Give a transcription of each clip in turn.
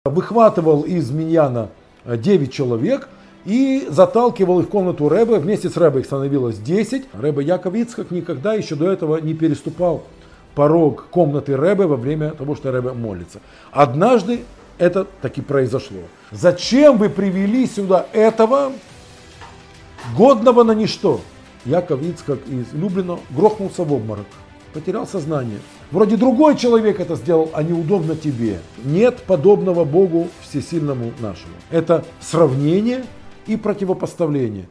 Выхватывал из миньяна 9 человек и заталкивал их в комнату Ребе. Вместе с Ребе их становилось 10. Ребе Яков Ицхак никогда еще до этого не переступал порог комнаты Ребе во время того, что Ребе молится. Однажды это таки произошло. Зачем вы привели сюда этого, годного на ничто? Яков Ицхак из Люблина грохнулся в обморок, потерял сознание. Вроде другой человек это сделал, а неудобно тебе. Нет подобного Богу всесильному нашему. Это сравнение и противопоставление.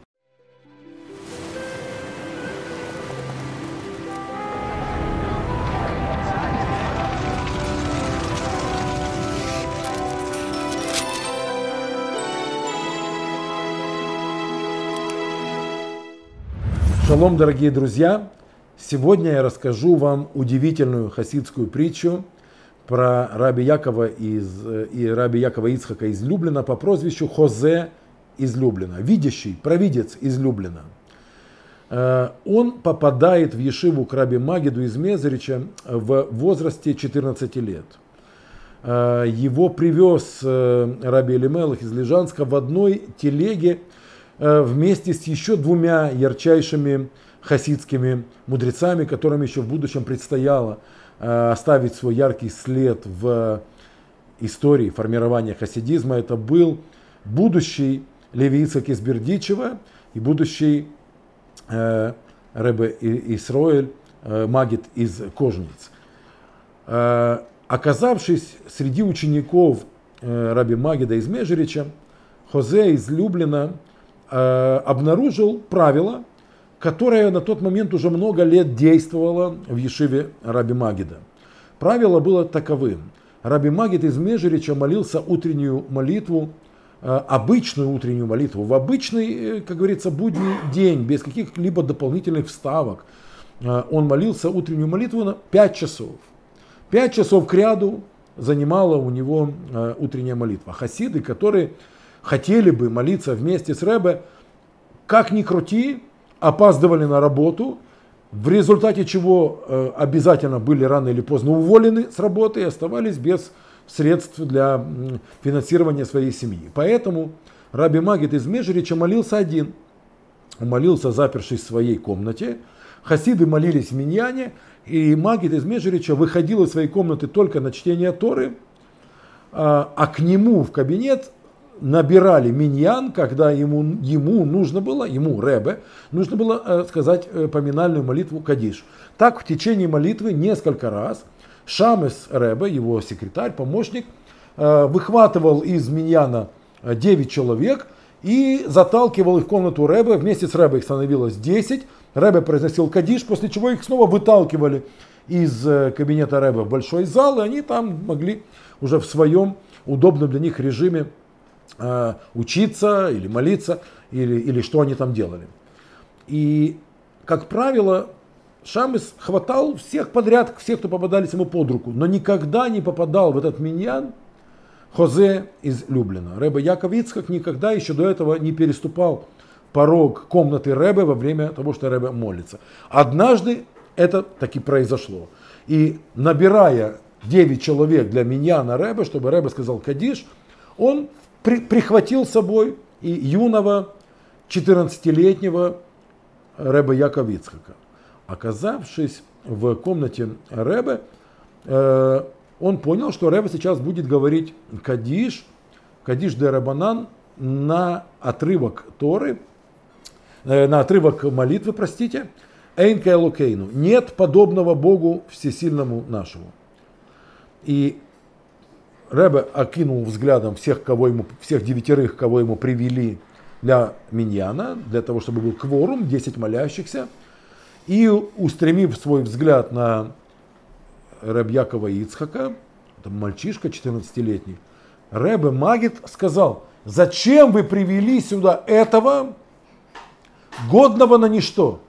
Шалом, дорогие друзья! Сегодня я расскажу вам удивительную хасидскую притчу про раби Якова Ицхака из Люблина по прозвищу Хозе из Люблина, видящий, провидец из Люблина. Он попадает в ешиву к раби Магиду из Мезерича в возрасте 14 лет. Его привез раби Элимелех из Лежанска в одной телеге вместе с еще двумя ярчайшими хасидскими мудрецами, которым еще в будущем предстояло оставить свой яркий след в истории формирования хасидизма. Это был будущий Леви Ицхак из Бердичева и будущий Ребе Исроэль Магид из Кожниц. Оказавшись среди учеников раби Магида из Межерича, Хозе из Люблина обнаружил правило, которое на тот момент уже много лет действовало в ешиве раби Магида. Правило было таковым. Раби Магид из Межерича молился утреннюю молитву, обычную утреннюю молитву, в обычный, как говорится, будний день, без каких-либо дополнительных вставок. Он молился утреннюю молитву на 5 часов. 5 часов кряду занимала у него утренняя молитва. Хасиды, которые хотели бы молиться вместе с Ребе, как ни крути, опаздывали на работу, в результате чего обязательно были рано или поздно уволены с работы и оставались без средств для финансирования своей семьи. Поэтому раби Магид из Межерича молился один. Он молился, запершись в своей комнате. Хасиды молились в миньяне, и Магид из Межерича выходил из своей комнаты только на чтение Торы, а к нему в кабинет набирали миньян, когда ему нужно было, Ребе, нужно было сказать поминальную молитву Кадиш. Так в течение молитвы несколько раз Шамес Ребе, его секретарь, помощник, выхватывал из миньяна 9 человек и заталкивал их в комнату Ребе. Вместе с Ребе их становилось 10. Ребе произносил Кадиш, после чего их снова выталкивали из кабинета Ребе в большой зал, и они там могли уже в своем удобном для них режиме учиться или молиться, или что они там делали. И, как правило, Шамес хватал всех подряд, всех, кто попадались ему под руку, но никогда не попадал в этот миньян Хозе из Люблина. Ребе Яков Ицхак никогда еще до этого не переступал порог комнаты Ребе во время того, что Ребе молится. Однажды это таки произошло. И набирая 9 человек для миньяна Ребе, чтобы Ребе сказал Кадиш, он прихватил с собой и юного 14-летнего Ребе Якова Ицхака. Оказавшись в комнате Ребе, он понял, что Ребе сейчас будет говорить Кадиш де Рабанан на отрывок Торы, на отрывок молитвы, простите, Эйн ка Элокейну, нет подобного Богу всесильному нашему. И Ребе окинул взглядом всех 9, кого ему привели для миньяна, для того, чтобы был кворум, 10 молящихся, и, устремив свой взгляд на Ребе Якова Ицхака, это мальчишка 14-летний, Ребе Магид сказал: зачем вы привели сюда этого, годного на ничто?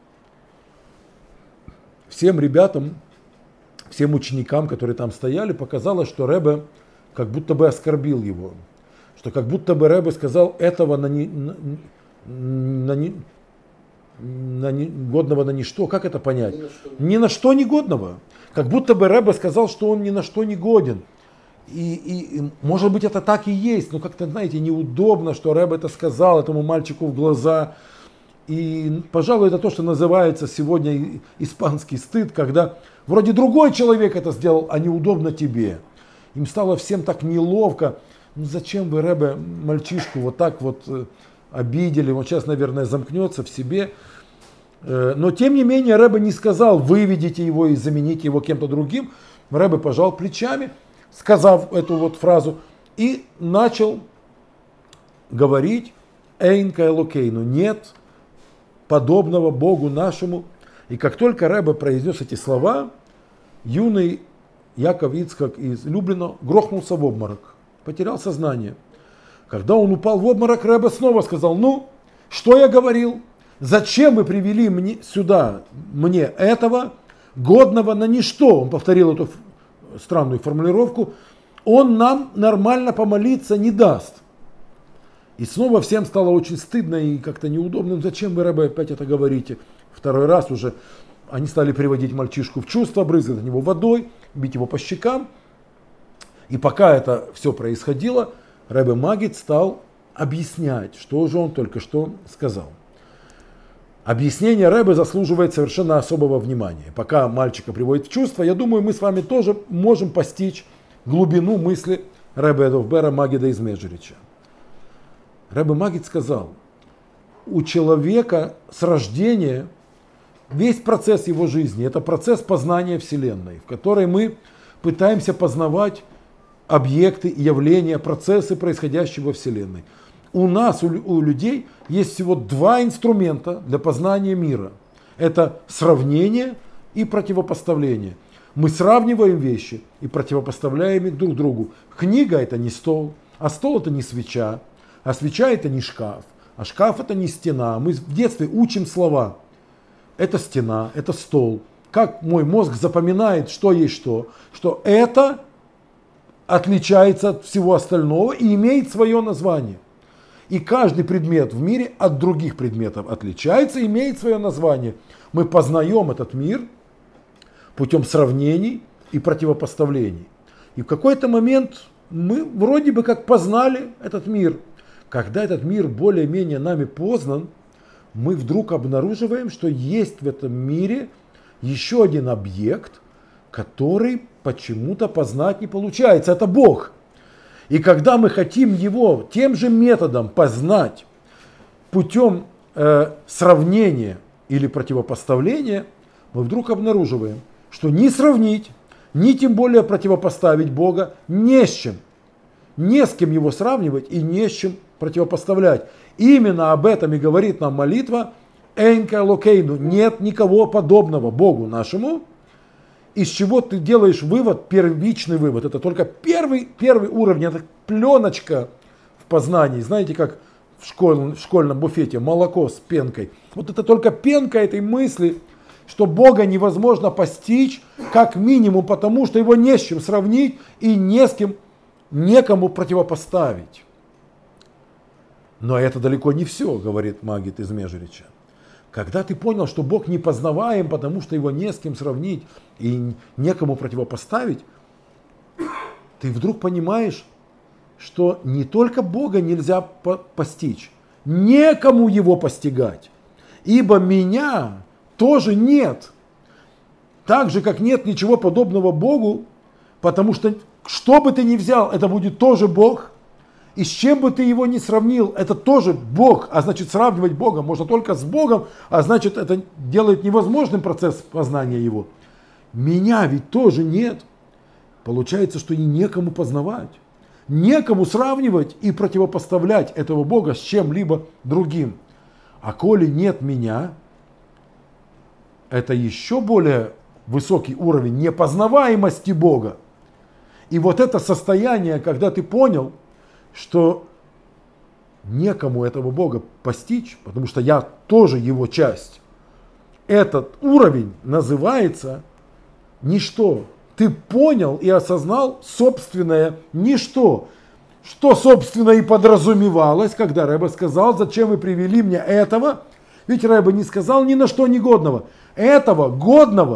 Всем ребятам, всем ученикам, которые там стояли, показалось, что Ребе как будто бы оскорбил его. Что как будто бы Ребе сказал этого годного на ничто. Как это понять? Ни на что не годного. Как будто бы Ребе сказал, что он ни на что не годен. И может быть это так и есть, но как-то, знаете, неудобно, что Ребе это сказал этому мальчику в глаза. И, пожалуй, это то, что называется сегодня испанский стыд, когда вроде другой человек это сделал, а неудобно тебе. Им стало всем так неловко. Ну зачем вы, Ребе, мальчишку вот так вот обидели? Он сейчас, наверное, замкнется в себе. Но, тем не менее, Ребе не сказал, выведите его и замените его кем-то другим. Ребе пожал плечами, сказав эту вот фразу, и начал говорить «Эйн ка Элокейну», нет подобного Богу нашему. И как только Ребе произнес эти слова, юный Яков Ицхак из Люблина грохнулся в обморок, потерял сознание. Когда он упал в обморок, Ребе снова сказал: ну, что я говорил? Зачем вы привели мне этого, годного на ничто? Он повторил эту странную формулировку. Он нам нормально помолиться не даст. И снова всем стало очень стыдно и как-то неудобно. Зачем вы, Ребе, опять это говорите? Второй раз уже они стали приводить мальчишку в чувство, брызгать на него водой, бить его по щекам. И пока это все происходило, Ребе Магид стал объяснять, что же он только что сказал. Объяснение Ребе заслуживает совершенно особого внимания. Пока мальчика приводит в чувство, я думаю, мы с вами тоже можем постичь глубину мысли Ребе Довбера Магида из Межерича. Ребе Магид сказал, у человека с рождения весь процесс его жизни – это процесс познания Вселенной, в которой мы пытаемся познавать объекты, явления, процессы, происходящие во Вселенной. У нас, у людей, есть всего два инструмента для познания мира. Это сравнение и противопоставление. Мы сравниваем вещи и противопоставляем их друг другу. Книга – это не стол, а стол – это не свеча, а свеча – это не шкаф, а шкаф – это не стена. Мы в детстве учим слова. Это стена, это стол. Как мой мозг запоминает, что есть что это отличается от всего остального и имеет свое название. И каждый предмет в мире от других предметов отличается и имеет свое название. Мы познаем этот мир путем сравнений и противопоставлений. И в какой-то момент мы вроде бы как познали этот мир. Когда этот мир более-менее нами познан, мы вдруг обнаруживаем, что есть в этом мире еще один объект, который почему-то познать не получается. Это Бог. И когда мы хотим его тем же методом познать путем сравнения или противопоставления, мы вдруг обнаруживаем, что ни сравнить, ни тем более противопоставить Бога не с чем. Не с кем его сравнивать и не с чем противопоставлять. Именно об этом и говорит нам молитва «Эйн ка Элокейну». Нет никого подобного Богу нашему. Из чего ты делаешь вывод, первичный вывод. Это только первый уровень, это пленочка в познании. Знаете, как в школьном буфете молоко с пенкой. Вот это только пенка этой мысли, что Бога невозможно постичь, как минимум потому, что его не с чем сравнить и некому противопоставить. Но это далеко не все, говорит Магид из Межерича. Когда ты понял, что Бог непознаваем, потому что его не с кем сравнить и некому противопоставить, ты вдруг понимаешь, что не только Бога нельзя постичь, некому его постигать, ибо меня тоже нет. Так же, как нет ничего подобного Богу, потому что бы ты ни взял, это будет тоже Бог. И с чем бы ты его ни сравнил, это тоже Бог. А значит, сравнивать Бога можно только с Богом, а значит, это делает невозможным процесс познания его. Меня ведь тоже нет. Получается, что и некому познавать, некому сравнивать и противопоставлять этого Бога с чем-либо другим. А коли нет меня, это еще более высокий уровень непознаваемости Бога. И вот это состояние, когда ты понял, что некому этого Бога постичь, потому что я тоже его часть. Этот уровень называется ничто. Ты понял и осознал собственное ничто. Что, собственно, и подразумевалось, когда Ребе сказал, зачем вы привели мне этого? Ведь Ребе не сказал ни на что негодного. Этого годного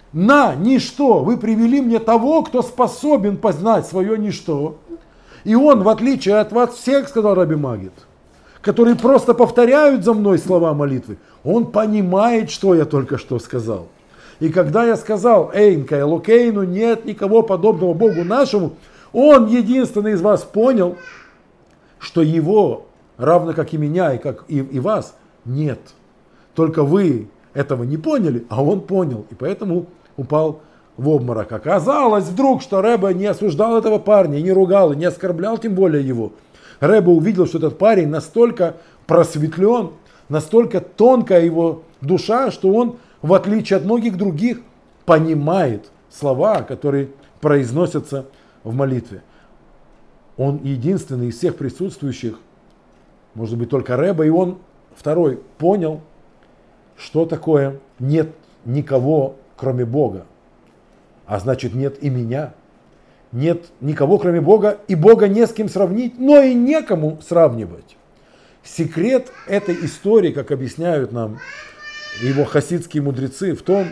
на ничто вы привели мне того, кто способен познать свое ничто. И он, в отличие от вас всех, сказал Раби Магид, которые просто повторяют за мной слова молитвы, он понимает, что я только что сказал. И когда я сказал, Эйнка Элокейну, нет никого подобного Богу нашему, он единственный из вас понял, что его, равно как и меня, и как и вас, нет. Только вы этого не поняли, а он понял, и поэтому упал в обморок. Оказалось вдруг, что Ребе не осуждал этого парня, не ругал, и не оскорблял тем более его. Ребе увидел, что этот парень настолько просветлен, настолько тонкая его душа, что он, в отличие от многих других, понимает слова, которые произносятся в молитве. Он единственный из всех присутствующих, может быть только Ребе, и он второй понял, что такое нет никого, кроме Бога. А значит, нет и меня. Нет никого, кроме Бога, и Бога не с кем сравнить, но и некому сравнивать. Секрет этой истории, как объясняют нам его хасидские мудрецы, в том,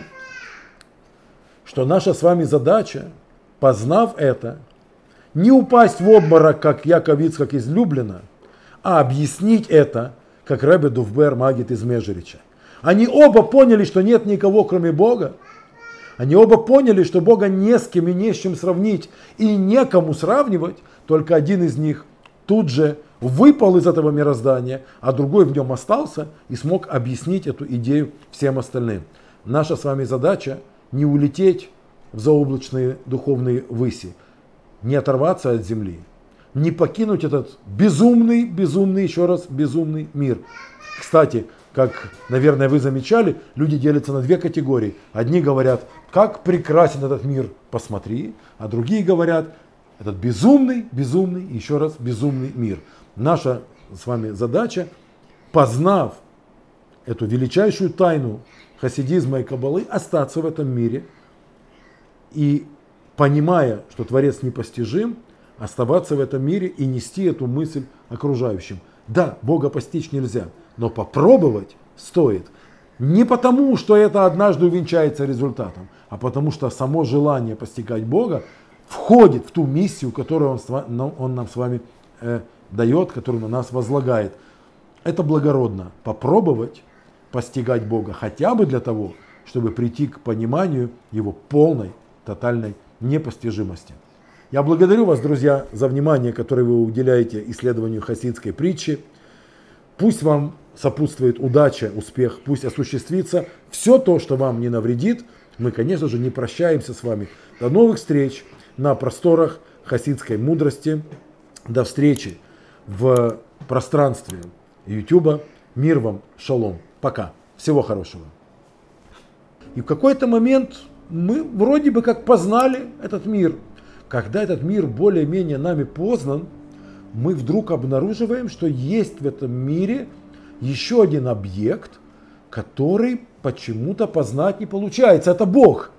что наша с вами задача, познав это, не упасть в обморок, как Яков Ицхак из Люблина, а объяснить это, как Ребе Дувбер Магид из Межерича. Они оба поняли, что нет никого, кроме Бога. Они оба поняли, что Бога не с кем и не с чем сравнить и некому сравнивать. Только один из них тут же выпал из этого мироздания, а другой в нем остался и смог объяснить эту идею всем остальным. Наша с вами задача не улететь в заоблачные духовные выси, не оторваться от земли, не покинуть этот безумный, еще раз, безумный мир. Кстати, как, наверное, вы замечали, люди делятся на две категории. Одни говорят, как прекрасен этот мир, посмотри, а другие говорят, этот безумный, еще раз, безумный мир. Наша с вами задача, познав эту величайшую тайну хасидизма и каббалы, остаться в этом мире и, понимая, что Творец непостижим, оставаться в этом мире и нести эту мысль окружающим. Да, Бога постичь нельзя, но попробовать стоит. Не потому, что это однажды увенчается результатом, а потому что само желание постигать Бога входит в ту миссию, которую Он нам с вами дает, которую на нас возлагает. Это благородно. Попробовать постигать Бога хотя бы для того, чтобы прийти к пониманию Его полной, тотальной непостижимости. Я благодарю вас, друзья, за внимание, которое вы уделяете исследованию хасидской притчи. Пусть вам сопутствует удача, успех, пусть осуществится все то, что вам не навредит. Мы, конечно же, не прощаемся с вами. До новых встреч на просторах хасидской мудрости. До встречи в пространстве Ютуба. Мир вам, шалом. Пока. Всего хорошего. И в какой-то момент мы вроде бы как познали этот мир. Когда этот мир более-менее нами познан, мы вдруг обнаруживаем, что есть в этом мире еще один объект, который почему-то познать не получается. Это Бог.